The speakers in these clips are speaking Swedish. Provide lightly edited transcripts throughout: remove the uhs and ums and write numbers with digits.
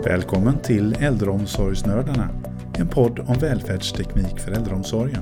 Välkommen till Äldreomsorgsnördarna, en podd om välfärdsteknik för äldreomsorgen.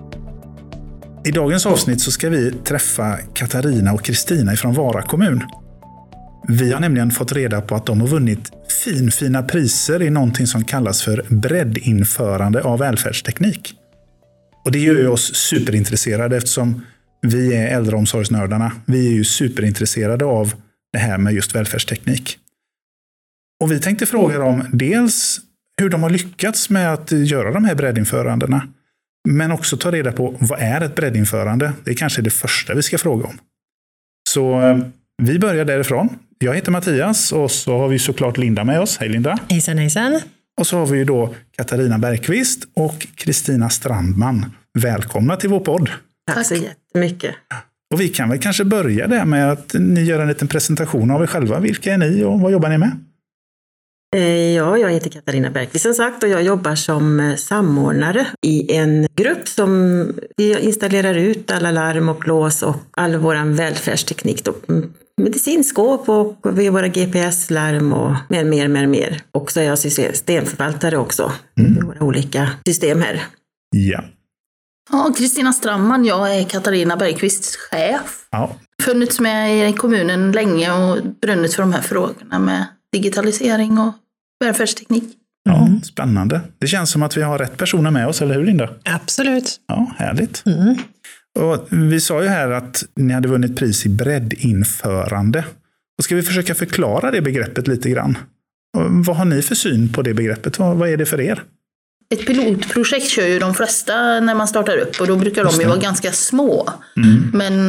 I dagens avsnitt så ska vi träffa Katarina och Kristina från Vara kommun. Vi har nämligen fått reda på att de har vunnit fina priser i någonting som kallas för breddinförande av välfärdsteknik. Och det gör ju oss superintresserade eftersom vi är äldreomsorgsnördarna. Vi är ju superintresserade av det här med just välfärdsteknik. Och vi tänkte fråga dem dels hur de har lyckats med att göra de här breddinförandena. Men också ta reda på vad är ett breddinförande? Det är kanske det första vi ska fråga om. Så vi börjar därifrån. Jag heter Mattias och så har vi såklart Linda med oss. Hej Linda! Hejsan, hejsan! Och så har vi ju då Katarina Bergqvist och Kristina Strandman. Välkomna till vår podd. Tack så jättemycket. Och vi kan väl kanske börja där med att ni gör en liten presentation av er själva. Vilka är ni och vad jobbar ni med? Ja, jag heter Katarina Bergqvist som sagt och jag jobbar som samordnare i en grupp som vi installerar ut alla larm och lås och all vår välfärdsteknik. Då. Medicinskåp och vi har våra GPS-larm och mer. Och så är jag systemförvaltare också i våra olika system här. Ja. Ja, Kristina Strandman, jag är Katarina Bergqvists chef. Ja. Funnits med i kommunen länge och brunnit för de här frågorna med digitalisering och välfärdsteknik. Ja, spännande. Det känns som att vi har rätt personer med oss, eller hur Linda? Absolut. Ja, härligt. Och vi sa ju här att ni hade vunnit pris i breddinförande. Och ska vi försöka förklara det begreppet lite grann? Och vad har ni för syn på det begreppet? Vad är det för er? Ett pilotprojekt kör ju de flesta när man startar upp och då brukar de ju vara ganska små. Men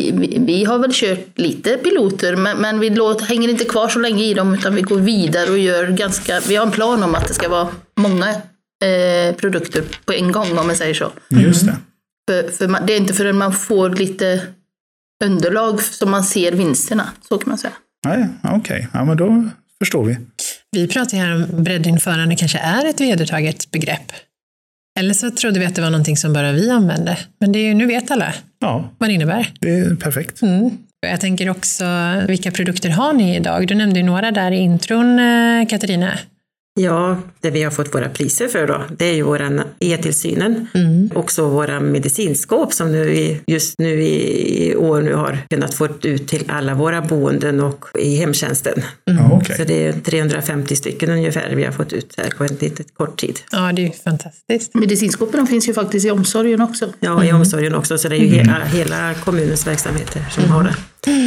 vi har väl kört lite piloter men vi hänger inte kvar så länge i dem utan vi går vidare och vi har en plan om att det ska vara många produkter på en gång om man säger så. Just det. För det är inte förrän man får lite underlag som man ser vinsterna, så kan man säga. Nej, okej. Ja, men då förstår vi. Vi pratar här om breddinförande kanske är ett vedertaget begrepp. Eller så trodde vi att det var någonting som bara vi använde. Men det är ju, nu vet alla vad det innebär. Det är perfekt. Jag tänker också, vilka produkter har ni idag? Du nämnde ju några där i intron, Katarina. Ja, det vi har fått våra priser för då, det är ju våran e-tillsynen. Också våra medicinskåp som just nu i år nu har kunnat få ut till alla våra boenden och i hemtjänsten. Så det är 350 stycken ungefär vi har fått ut här på en lite kort tid. Ja, det är ju fantastiskt. Medicinskåpen finns ju faktiskt i omsorgen också. Ja, i omsorgen också, så det är ju hela kommunens verksamheter som har det.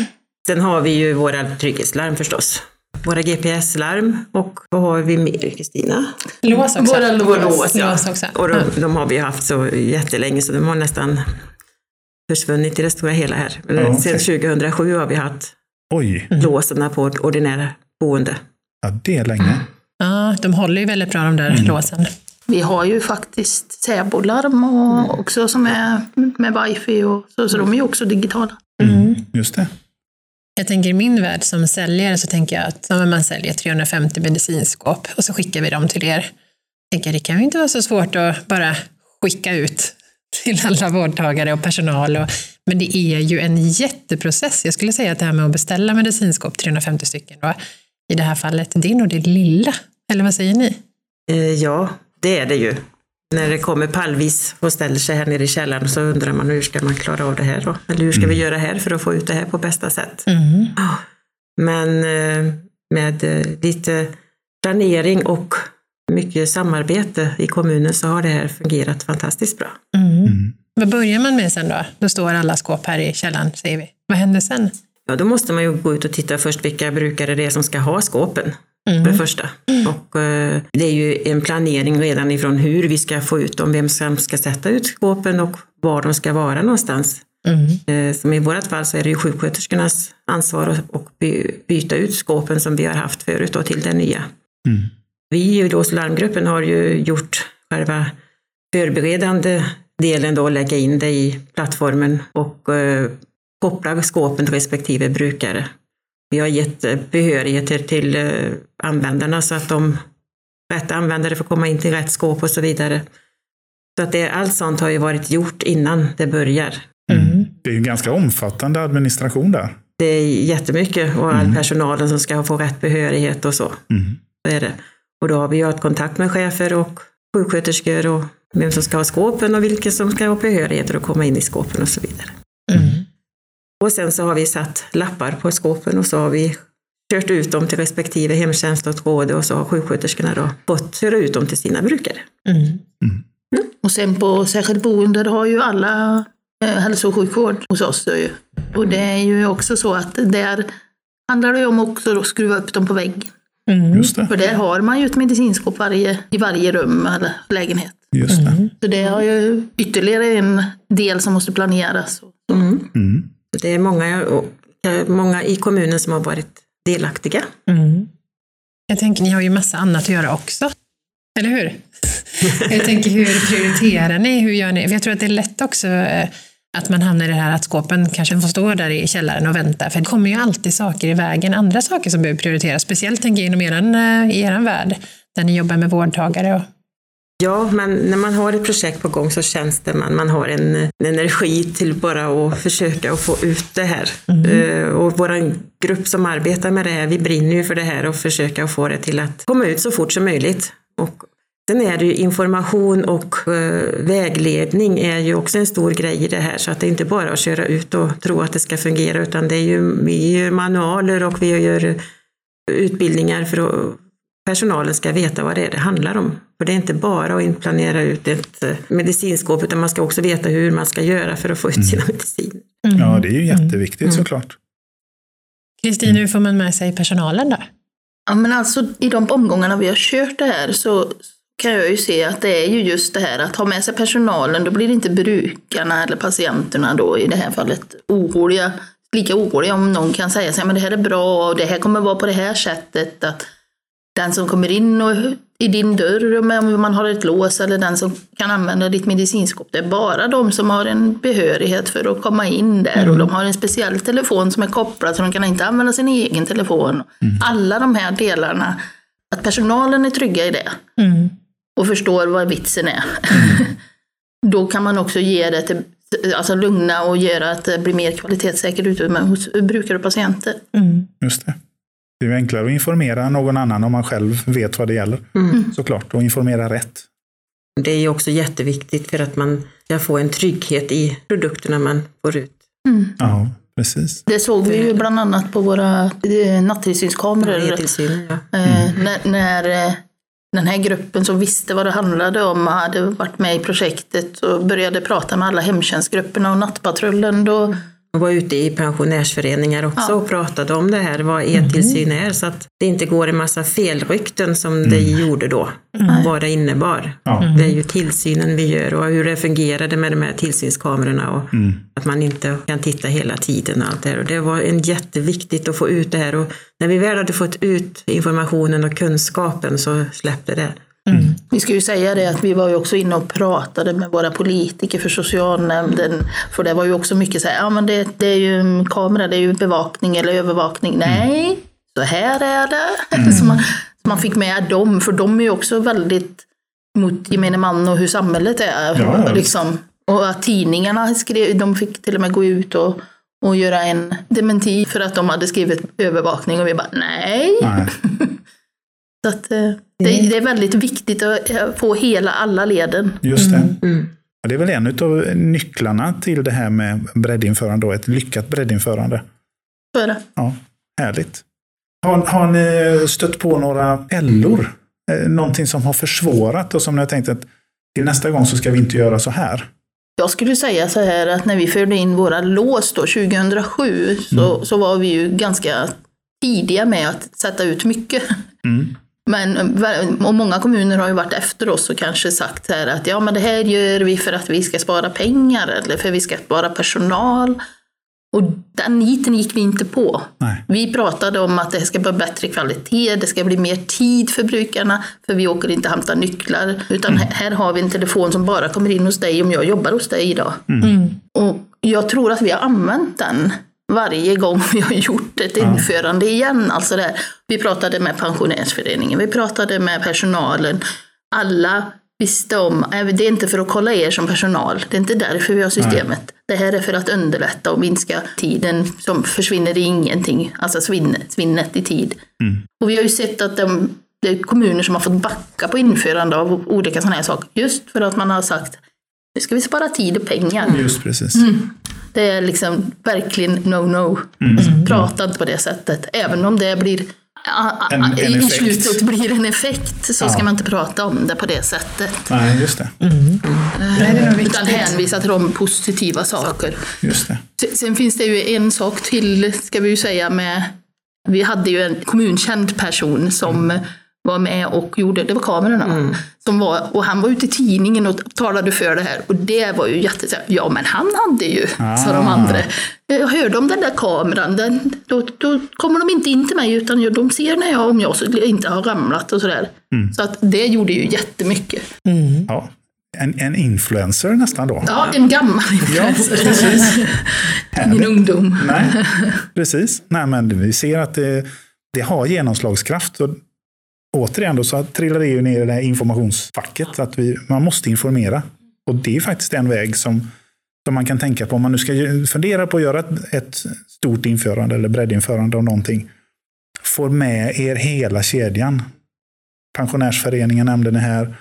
Sen har vi ju våra trygghetslarm förstås. Våra GPS-larm och vad har vi mer, Kristina? Lås också. Våra lås, ja. Lås också. Och de har vi haft så jättelänge så de har nästan försvunnit i det stora hela här. Sen 2007 har vi haft låsarna på ordinära boende. Ja, det är länge. Ja, de håller ju väldigt bra de där låsen. Vi har ju faktiskt säbolarm och också som är med wifi och så de är ju också digitala. Just det. Jag tänker i min värld som säljare så tänker jag att man säljer 350 medicinskåp och så skickar vi dem till er. Jag tänker det kan ju inte vara så svårt att bara skicka ut till alla vårdtagare och personal. Men det är ju en jätteprocess. Jag skulle säga att det här med att beställa medicinskåp 350 stycken då, i det här fallet, det är nog det lilla. Eller vad säger ni? Ja, det är det ju. När det kommer pallvis och ställer sig här nere i källaren så undrar man hur ska man klara av det här då? Eller hur ska vi göra här för att få ut det här på bästa sätt? Men med lite planering och mycket samarbete i kommunen så har det här fungerat fantastiskt bra. Vad börjar man med sen då? Då står alla skåp här i källaren, säger vi. Vad händer sen? Ja, då måste man ju gå ut och titta först vilka brukare det är som ska ha skåpen. För det första. Och det är ju en planering redan ifrån hur vi ska få ut dem, vem som ska sätta ut skåpen och var de ska vara någonstans. Som i vårt fall så är det ju sjuksköterskornas ansvar att byta ut skåpen som vi har haft förut och till det nya. Vi i Lås- och larmgruppen har ju gjort själva förberedande delen då, lägga in det i plattformen och koppla skåpen till respektive brukare. Vi har gett behörigheter till användarna så att rätt användare får komma in till rätt skåp och så vidare. Så att allt sånt har ju varit gjort innan det börjar. Det är ju ganska omfattande administration där. Det är jättemycket och all personalen som ska få rätt behörighet och så. Så är det. Och då har vi ju haft kontakt med chefer och sjuksköterskor och vem som ska ha skåpen och vilka som ska ha behörigheter att komma in i skåpen och så vidare. Och sen så har vi satt lappar på skåpen och så har vi kört ut dem till respektive hemtjänst och råd och så har sjuksköterskorna då fått köra ut dem till sina brukare. Och sen på särskilt boende har ju alla hälso- och sjukvård hos oss. Och det är ju också så att där handlar det om också att skruva upp dem på vägg. Just det. För där har man ju ett medicinskåp i varje rum eller lägenhet. Just det. Så det har ju ytterligare en del som måste planeras. Det är många i kommunen som har varit delaktiga. Jag tänker, ni har ju massa annat att göra också. Eller hur? Jag tänker, hur prioriterar ni? Hur gör ni? För jag tror att det är lätt också att man hamnar i det här att skåpen kanske får stå där i källaren och vänta. För det kommer ju alltid saker i vägen. Andra saker som behöver prioriteras. Speciellt tänker jag inom er värld. Där ni jobbar med vårdtagare. Och... Ja, men när man har ett projekt på gång så känns det man har en energi till bara att försöka att få ut det här. Och vår grupp som arbetar med det här, vi brinner ju för det här och försöka få det till att komma ut så fort som möjligt. Och sen är det ju information och vägledning är ju också en stor grej i det här. Så att det är inte bara att köra ut och tro att det ska fungera, utan det är ju, vi gör manualer och vi gör utbildningar för att personalen ska veta vad det handlar om. För det är inte bara att inplanera ut ett medicinskåp, utan man ska också veta hur man ska göra för att få ut sina mediciner. Ja, det är ju jätteviktigt såklart. Kristina, hur får man med sig personalen då? Ja, men alltså i de omgångarna vi har kört det här så kan jag ju se att det är ju just det här att ha med sig personalen. Då blir det inte brukarna eller patienterna då i det här fallet lika oroliga om någon kan säga så här, men det här är bra och det här kommer vara på det här sättet, att den som kommer in i din dörr om man har ett lås eller den som kan använda ditt medicinskåp, det är bara de som har en behörighet för att komma in där och de har en speciell telefon som är kopplad så de kan inte använda sin egen telefon. Alla de här delarna, att personalen är trygga i det och förstår vad vitsen är. Då kan man också ge det till, alltså lugna och göra att det blir mer kvalitetssäkert ute hos brukare och patienter. Just det. Det är enklare att informera någon annan om man själv vet vad det gäller. Såklart, och informera rätt. Det är ju också jätteviktigt för att man ska få en trygghet i produkterna man får ut. Ja, precis. Det såg vi ju bland annat på våra nattillsynskameror. När den här gruppen som visste vad det handlade om hade varit med i projektet och började prata med alla hemtjänstgrupperna och nattpatrullen. Och var ute i pensionärsföreningar också och pratade om det här, vad e-tillsyn är, så att det inte går en massa felrykten som det gjorde då, vad det innebar. Det är ju tillsynen vi gör och hur det fungerade med de här tillsynskamerorna och att man inte kan titta hela tiden och allt det här. Och det var jätteviktigt att få ut det här, och när vi väl hade fått ut informationen och kunskapen så släppte det. Vi ska ju säga det att vi var ju också inne och pratade med våra politiker för socialnämnden, för det var ju också mycket så här, ja men det är ju en kamera, det är ju bevakning eller övervakning. Nej, så här är det. Så man fick med dem, för de är ju också väldigt mot gemene man och hur samhället är. Liksom. Och att tidningarna de fick till och med gå ut och göra en dementi för att de hade skrivit övervakning och vi bara nej. Så att, det är väldigt viktigt att få alla leden. Just det. Ja, det är väl en av nycklarna till det här med breddinförande och ett lyckat breddinförande. Så är det. Ja, härligt. Har ni stött på några fällor? Någonting som har försvårat och som ni har tänkt att till nästa gång så ska vi inte göra så här? Jag skulle säga så här att när vi förde in våra lås då, 2007 så var vi ju ganska tidiga med att sätta ut mycket. Och många kommuner har ju varit efter oss och kanske sagt här att ja, men det här gör vi för att vi ska spara pengar eller för att vi ska spara personal. Och den niten gick vi inte på. Nej. Vi pratade om att det ska bli bättre kvalitet, det ska bli mer tid för brukarna, för vi åker inte hämta nycklar. Utan här har vi en telefon som bara kommer in hos dig om jag jobbar hos dig idag. Och jag tror att vi har använt den varje gång vi har gjort ett införande igen. Alltså där. Vi pratade med pensionärsföreningen, vi pratade med personalen. Alla visste om, det är inte för att kolla er som personal, det är inte därför vi har systemet. Nej. Det här är för att underlätta och minska tiden som försvinner i ingenting, alltså svinnet i tid. Och vi har ju sett att det är kommuner som har fått backa på införande av olika sådana här saker. Just för att man har sagt, nu ska vi spara tid och pengar. Just precis. Det är liksom verkligen no. Prata inte på det sättet. Även om det blir i slutet blir en effekt, så ska man inte prata om det på det sättet. Nej, just det. Utan hänvisa till de positiva saker. Just det. Sen finns det ju en sak till, ska vi ju säga, med... Vi hade ju en kommunkänd person som var med och gjorde, det var kamerorna, och han var ute i tidningen och talade för det här, och det var ju ja men han hade ju, sa de andra. Jag hörde om den där kameran, då kommer de inte in till mig, utan de ser om jag inte har ramlat och sådär. Så att det gjorde ju jättemycket. Ja. En influencer nästan då. Ja, en gammal influencer. Ja, precis. Min ungdom. Nej, precis. Nej, men vi ser att det har genomslagskraft. Och återigen då så trillar det ju ner i det här informationsfacket. Att man måste informera. Och det är faktiskt en väg som man kan tänka på. Om man nu ska fundera på att göra ett stort införande eller breddinförande av någonting. Får med er hela kedjan. Pensionärsföreningen nämnde ni här.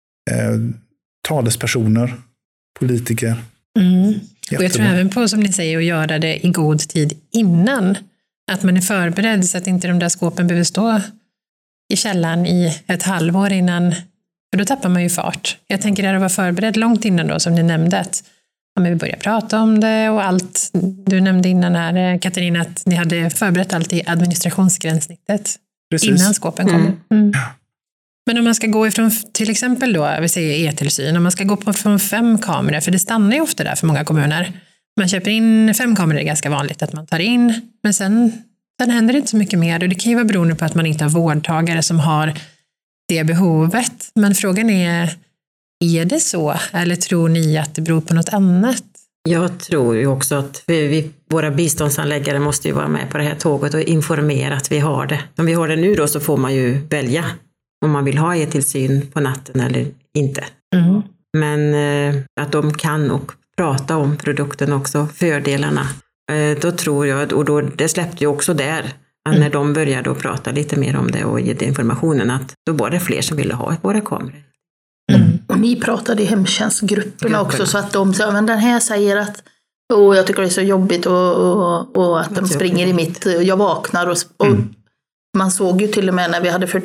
Talespersoner, politiker. Och jag tror även på, som ni säger, att göra det i god tid innan. Att man är förberedd så att inte de där skåpen behöver stå i källaren i ett halvår innan. För då tappar man ju fart. Jag tänker att vara förberedd långt innan då, som ni nämnde. Att vi börjar prata om det och allt. Du nämnde innan här, Katarina, att ni hade förberett allt i administrationsgränssnittet. Precis. Innan skåpen kom. Men om man ska gå ifrån, till exempel då, vi säger e-tillsyn, om man ska gå från 5 kameror, för det stannar ju ofta där för många kommuner. Man köper in 5 kameror, det är ganska vanligt att man tar in, men sen händer det inte så mycket mer, och det kan ju vara beroende på att man inte har vårdtagare som har det behovet. Men frågan är det så, eller tror ni att det beror på något annat? Jag tror ju också att våra biståndsanläggare måste ju vara med på det här tåget och informera att vi har det. Om vi har det nu då, så får man ju välja om man vill ha e-tillsyn på natten eller inte. Men att de kan och prata om produkten också, fördelarna. Då tror jag, och då, det släppte ju också där, att när de började att prata lite mer om det och ge det informationen, att då var det fler som ville ha våra kameror. Och ni pratade i hemtjänstgrupperna också, så att de sa, men den här säger att jag tycker det är så jobbigt och att de springer i mitt, jag vaknar och man såg ju till och med när vi hade fört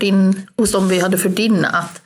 in, att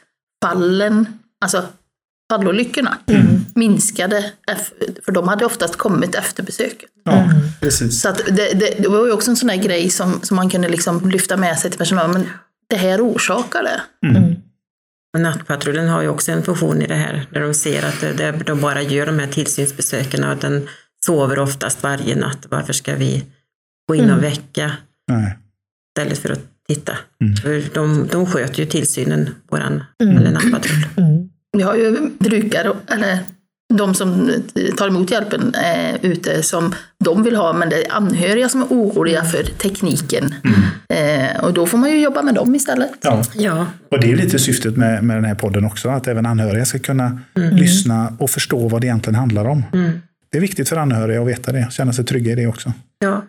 fallolyckorna minskade, för de hade oftast kommit efter besöket. Ja, precis. Så att det var ju också en sån här grej som man kunde liksom lyfta med sig till personalen, men det här orsakar det. Och nattpatrullen har ju också en funktion i det här, där de ser att de bara gör de här tillsynsbesöken, och den sover oftast varje natt. Varför ska vi gå in och väcka? Nej. Istället för att titta. För de sköter ju tillsynen, eller nattpatrull. Vi har ju brukare, eller de som tar emot hjälpen ute, som de vill ha, men det är anhöriga som är oroliga för tekniken. Och då får man ju jobba med dem istället. Ja. Och det är ju lite syftet med den här podden också, att även anhöriga ska kunna lyssna och förstå vad det egentligen handlar om. Det är viktigt för anhöriga att veta det, känna sig trygga i det också. Ja.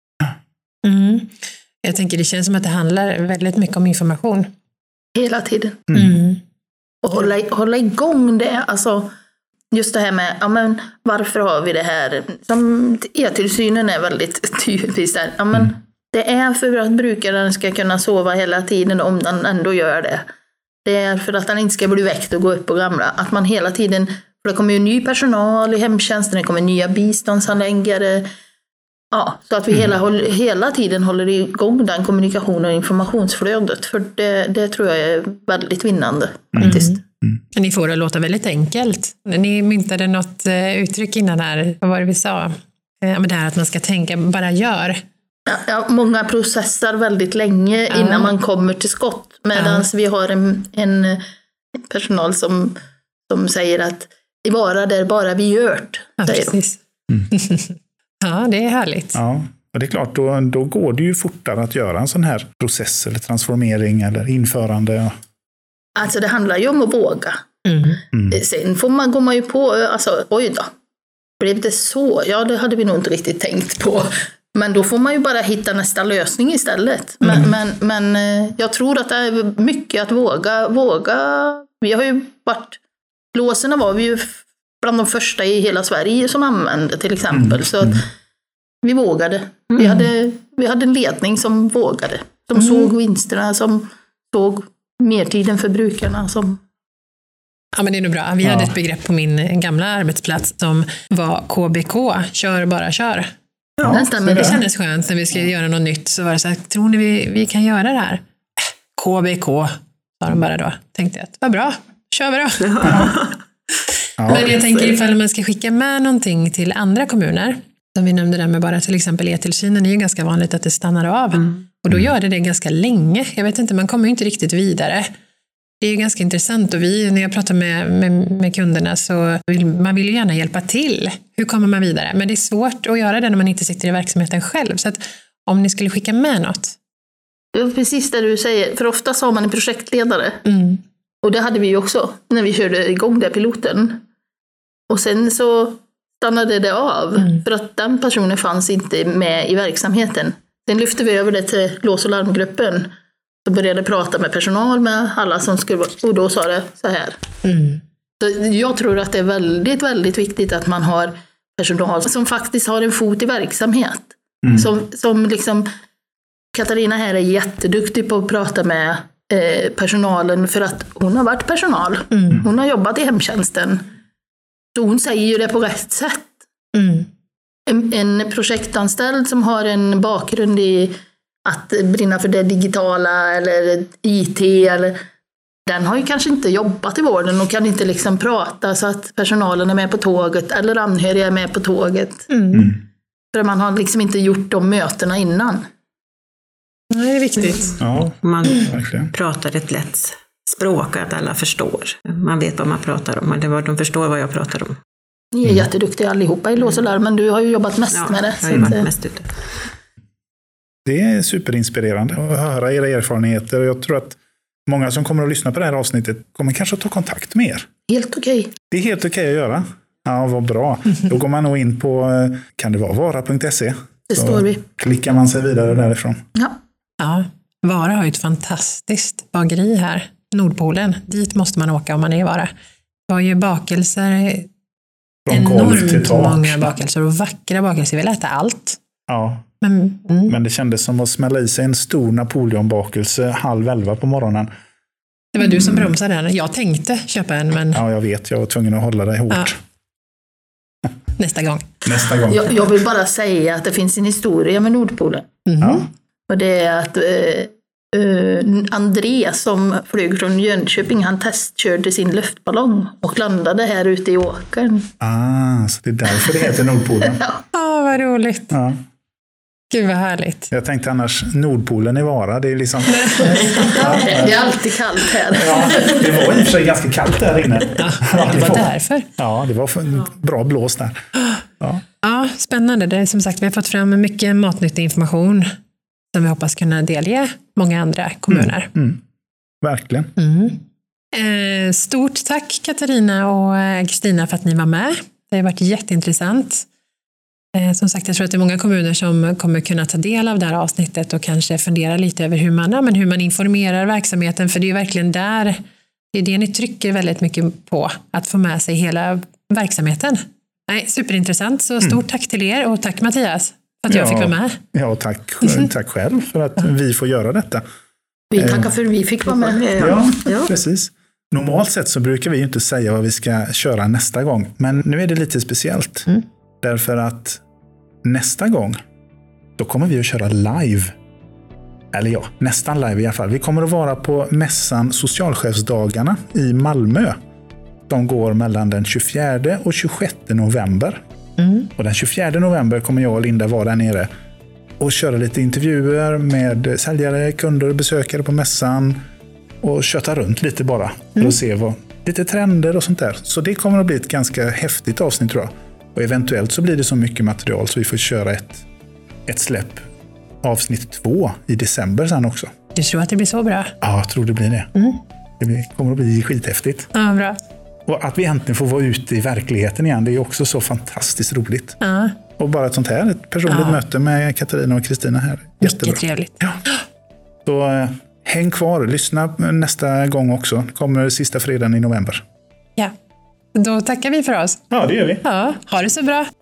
Jag tänker det känns som att det handlar väldigt mycket om information. Hela tiden. Och hålla igång det. Alltså, just det här med, varför har vi det här? Som e-tillsynen är väldigt typiskt där. Det är för att brukaren ska kunna sova hela tiden, om den ändå gör det. Det är för att den inte ska bli väckt och gå upp och gamla. Att man hela tiden, för det kommer ju ny personal i hemtjänsten, det kommer nya biståndsanläggare. Ja, så att vi hela tiden håller igång den kommunikationen och informationsflödet. För det tror jag är väldigt vinnande faktiskt. Ni får det låta väldigt enkelt. Ni myntade något uttryck innan här. Vad var det vi sa? Det här att man ska tänka, bara gör. Ja, många processar väldigt länge innan man kommer till skott. Medan vi har en personal som säger att det vara där bara vi gör det. Ja, precis. Ja, det är härligt. Ja, och det är klart, då går det ju fortare att göra en sån här process eller transformering eller införande. Alltså det handlar ju om att våga. Sen går man ju på, oj då, blev det så? Ja, det hade vi nog inte riktigt tänkt på. Men då får man ju bara hitta nästa lösning istället. Men jag tror att det är mycket att våga. Vi har ju blåsorna var vi ju bland de första i hela Sverige som använde till exempel. Så att vi vågade. Vi hade en ledning som vågade. Som såg vinsterna, som såg mertiden för brukarna. Ja, men det är nog bra. Vi hade ett begrepp på min gamla arbetsplats som var KBK, kör bara kör. Ja, det kändes skönt när vi skulle göra något nytt. Så var det så här, tror ni vi kan göra det här? KBK, sa de bara då. Tänkte jag, vad bra, kör vi då. Men jag tänker ifall man ska skicka med någonting till andra kommuner. Som vi nämnde där med bara till exempel e-tillsynen, är ju ganska vanligt att det stannar av. Och då gör det ganska länge. Jag vet inte, man kommer ju inte riktigt vidare. Det är ju ganska intressant och när jag pratar med kunderna så man vill ju gärna hjälpa till. Hur kommer man vidare? Men det är svårt att göra det när man inte sitter i verksamheten själv. Så att om ni skulle skicka med något. Det var precis det du säger. För ofta har man en projektledare. Och det hade vi ju också när vi körde igång den piloten. Och sen så stannade det av. För att den personen fanns inte med i verksamheten. Sen lyfte vi över det till lås- och larmgruppen. Så började prata med personal, med alla som skulle vara, och då sa det så här. Så jag tror att det är väldigt, väldigt viktigt att man har personal som faktiskt har en fot i verksamhet. Som liksom, Katarina här är jätteduktig på att prata med personalen för att hon har varit personal. Hon har jobbat i hemtjänsten. Så hon säger ju det på rätt sätt. En projektanställd som har en bakgrund i att brinna för det digitala eller IT, eller, den har ju kanske inte jobbat i vården och kan inte liksom prata så att personalen är med på tåget eller anhöriga är med på tåget. För man har liksom inte gjort de mötena innan. Nej, det är viktigt. Ja, man pratar ett lätt språk att alla förstår. Man vet vad man pratar om och de förstår vad jag pratar om. Ni är jätteduktiga allihopa i lås och larm, men du har ju jobbat mest med det. Jag har jobbat mest ute. Det är superinspirerande att höra era erfarenheter. Jag tror att många som kommer att lyssna på det här avsnittet kommer kanske att ta kontakt med er. Helt okej. Det är helt okej att göra. Ja, vad bra. Då går man nog in på kan det vara vara.se. Det står vi. Klickar man sig vidare därifrån. Ja, Vara har ju ett fantastiskt bageri här. Nordpolen, dit måste man åka om man är i Vara. Det var ju bakelser, enormt många bakelser och vackra bakelser. Vi vill äta allt. Ja, men det kändes som att smälla i sig en stor Napoleonbakelse 10:30 på morgonen. Det var du som bromsade den. Jag tänkte köpa en, men... Ja, jag vet. Jag var tvungen att hålla dig hårt. Ja. Nästa gång. Jag vill bara säga att det finns en historia med Nordpolen. Och det är att André som flög från Jönköping, han testkörde sin luftballong och landade här ute i åkern. Så det är därför det heter Nordpolen. Vad roligt. Ja. Gud vad härligt. Jag tänkte annars Nordpolen i Vara, det är liksom... Det är alltid kallt här. Ja, det var i och för sig ganska kallt där inne. Det var därför. Ja, det var bra blås där. Ja, spännande. Det är som sagt, vi har fått fram mycket matnyttig information som vi hoppas kunna delge många andra kommuner. Verkligen. Stort tack Katarina och Kristina för att ni var med. Det har varit jätteintressant. Som sagt, jag tror att det är många kommuner som kommer kunna ta del av det här avsnittet och kanske fundera lite över hur man informerar verksamheten, för det är ju verkligen där, det är det ni trycker väldigt mycket på, att få med sig hela verksamheten. Nej, superintressant, så stort tack till er och tack Mattias för att jag fick vara med. Ja, tack själv för att vi får göra detta. Vi tackar för att vi fick vara med. Ja, precis. Normalt sett så brukar vi ju inte säga vad vi ska köra nästa gång, men nu är det lite speciellt. Därför att nästa gång, då kommer vi att köra live. Eller ja, nästan live i alla fall. Vi kommer att vara på mässan Socialchefsdagarna i Malmö. De går mellan den 24 och 26 november. Och den 24 november kommer jag och Linda vara där nere och köra lite intervjuer med säljare, kunder, besökare på mässan och köta runt lite bara för att se lite trender och sånt där. Så det kommer att bli ett ganska häftigt avsnitt tror jag. Och eventuellt så blir det så mycket material så vi får köra ett släpp avsnitt 2 i december sen också. Du tror att det blir så bra? Ja, jag tror det blir det. Det kommer att bli skithäftigt. Ja, bra. Och att vi äntligen får vara ute i verkligheten igen, det är också så fantastiskt roligt. Ja. Och bara ett sånt här, ett personligt möte med Katarina och Kristina här. Jättebra. Mycket trevligt. Ja. Så häng kvar, lyssna nästa gång också. Kommer sista fredagen i november. Ja, då tackar vi för oss. Ja, det gör vi. Ja, ha det så bra.